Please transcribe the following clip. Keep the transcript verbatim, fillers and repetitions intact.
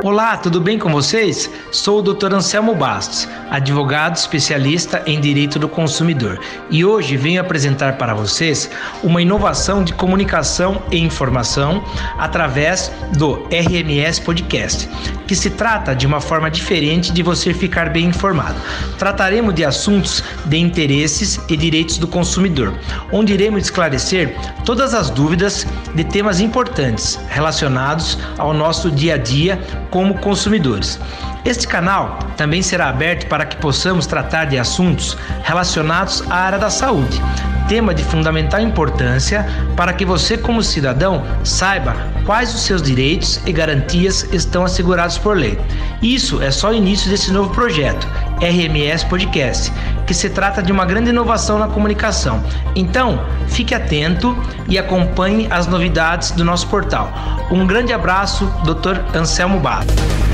Olá, tudo bem com vocês? Sou o doutor Anselmo Bastos, advogado especialista em direito do consumidor, e hoje venho apresentar para vocês uma inovação de comunicação e informação através do R M S Podcast, que se trata de uma forma diferente de você ficar bem informado. Trataremos de assuntos de interesses e direitos do consumidor, onde iremos esclarecer todas as dúvidas de temas importantes relacionados ao nosso dia a dia como consumidores. Este canal também será aberto para que possamos tratar de assuntos relacionados à área da saúde, tema de fundamental importância para que você, como cidadão, saiba quais os seus direitos e garantias estão assegurados por lei. Isso é só o início desse novo projeto, R M S Podcast, que se trata de uma grande inovação na comunicação. Então, fique atento e acompanhe as novidades do nosso portal. Um grande abraço, doutor Anselmo Bastos.